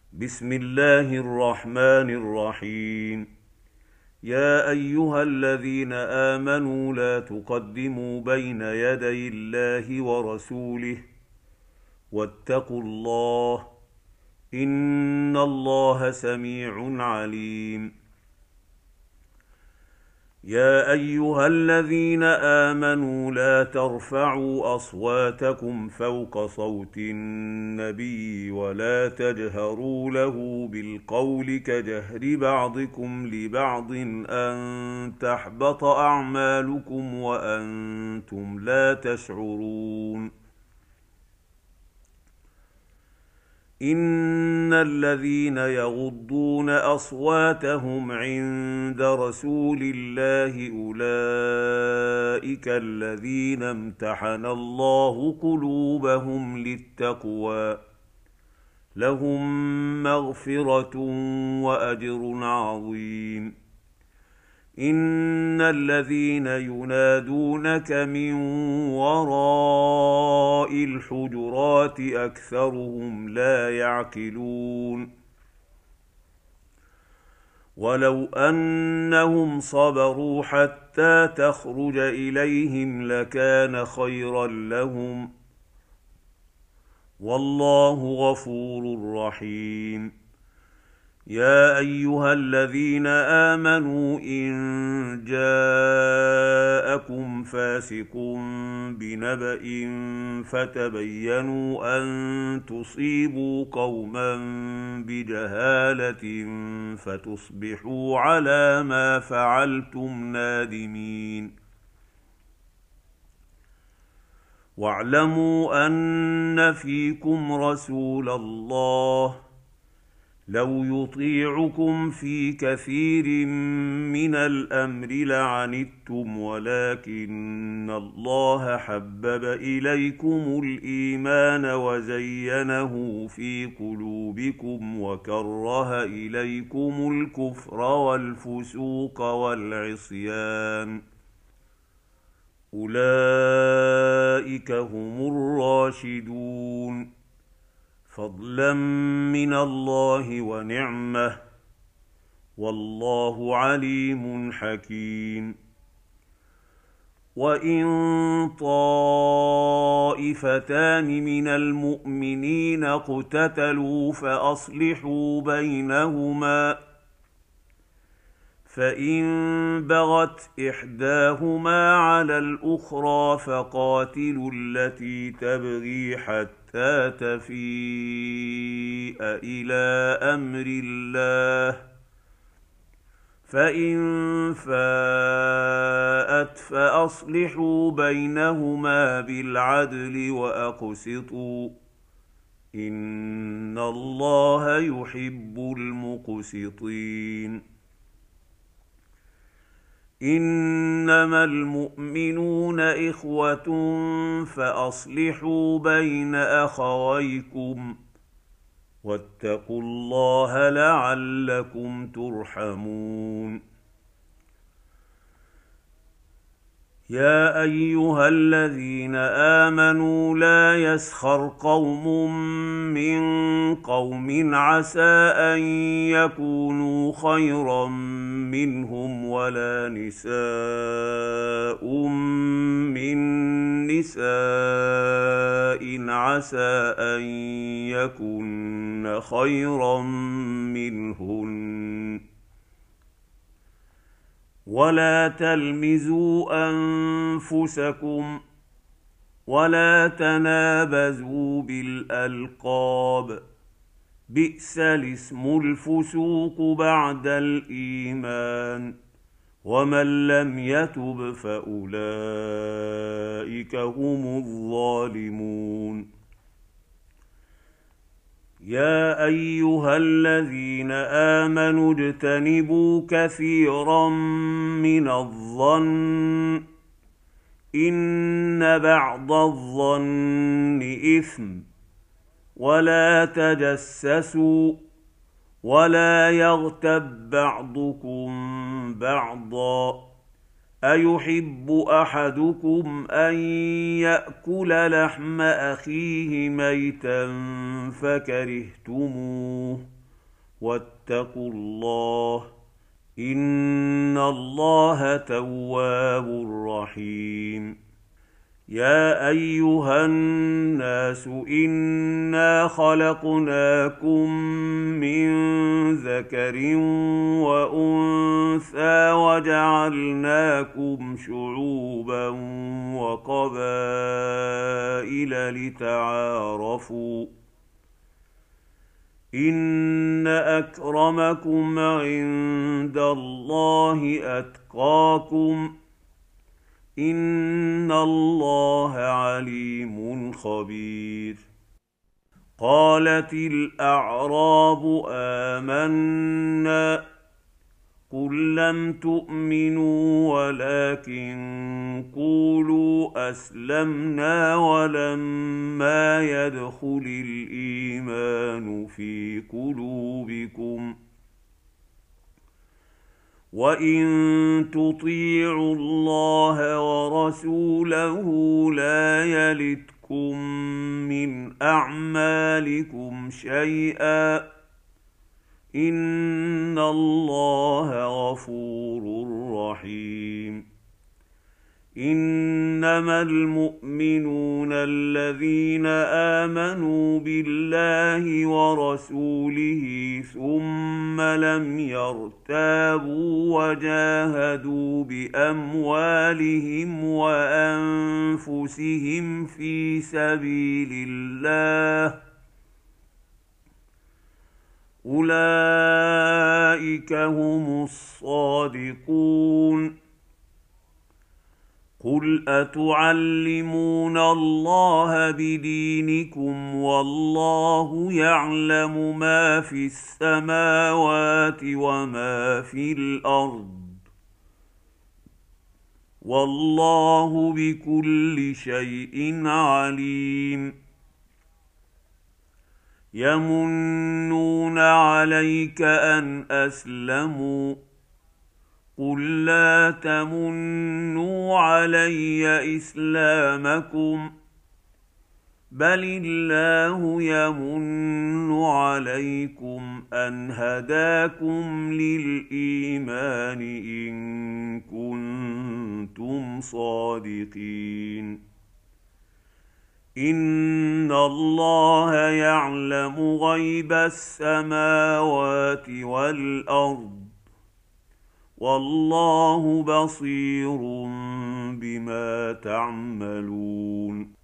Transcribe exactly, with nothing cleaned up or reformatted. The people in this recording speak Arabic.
بسم الله الرحمن الرحيم. يا أيها الذين آمنوا لا تقدموا بين يدي الله ورسوله واتقوا الله، إن الله سميع عليم. يا أيها الذين آمنوا لا ترفعوا أصواتكم فوق صوت النبي ولا تجهروا له بالقول كجهر بعضكم لبعض أن تحبط أعمالكم وأنتم لا تشعرون. إن الذين يغضون أصواتهم عند رسول الله أولئك الذين امتحن الله قلوبهم للتقوى، لهم مغفرة وأجر عظيم. إن الذين ينادونك من وراء الحجرات أكثرهم لا يعقلون. ولو أنهم صبروا حتى تخرج إليهم لكان خيرا لهم، والله غفور رحيم. يا أيها الذين آمنوا إن جاءكم فاسق بنبأ فتبينوا أن تصيبوا قوما بجهالة فتصبحوا على ما فعلتم نادمين. واعلموا أن فيكم رسول الله لو يطيعكم في كثير من الأمر لعنتم، ولكن الله حبب إليكم الإيمان وزينه في قلوبكم وكره إليكم الكفر والفسوق والعصيان، أولئك هم الراشدون، فضلا من الله ونعمه، والله عليم حكيم. وإن طائفتان من المؤمنين اقتتلوا فأصلحوا بينهما، فإن بغت إحداهما على الأخرى فقاتلوا التي تبغي حتى تفيء إلى أمر الله، فإن فاءت فأصلحوا بينهما بالعدل وأقسطوا، إن الله يحب المقسطين. إنما المؤمنون إخوة فأصلحوا بين أخويكم، واتقوا الله لعلكم ترحمون. يا أيها الذين آمنوا لا يسخر قوم من قوم عسى أن يكونوا خيرا منهم ولا نساء من نساء عسى أن يكن خيرا منهن، ولا تلمزوا أنفسكم ولا تنابزوا بالألقاب، بئس الاسم الفسوق بعد الإيمان، ومن لم يتب فأولئك هم الظالمون. يا أيها الذين آمنوا اجتنبوا كثيرا من الظن، إن بعض الظن إثم، ولا تجسسوا، ولا يغتب بعضكم بعضا، أيحب أحدكم أن يأكل لحم أخيه ميتا فكرهتموه واتقوا الله ان الله تواب رحيم. يا ايها الناس انا خلقناكم من ذكر وانثى وجعلناكم شعوبا وقبائل لتعارفوا ان اكرمكم عند الله اتقاكم ان الله عليم خبير. قالت الاعراب آمنا قل لم تؤمنوا ولكن قولوا اسلمنا ولما يدخل الايمان في قلوبكم وان تطيعوا الله ورسوله لا يلتكم من اعمالكم شيئا ان الله غفور رحيم. انما المؤمنون الذين امنوا بالله ورسوله ثم لم يرتابوا وجاهدوا باموالهم وانفسهم في سبيل الله اولئك هم الصادقون. قل اتعلمون الله بدينكم والله يعلم ما في السماوات وما في الارض والله بكل شيء عليم. يمنون عليك ان اسلموا قل لا تمنوا علي اسلامكم بل الله يمن عليكم ان هداكم للايمان ان كنتم صادقين. ان الله يعلم غيب السماوات والارض والله بصير بما تعملون.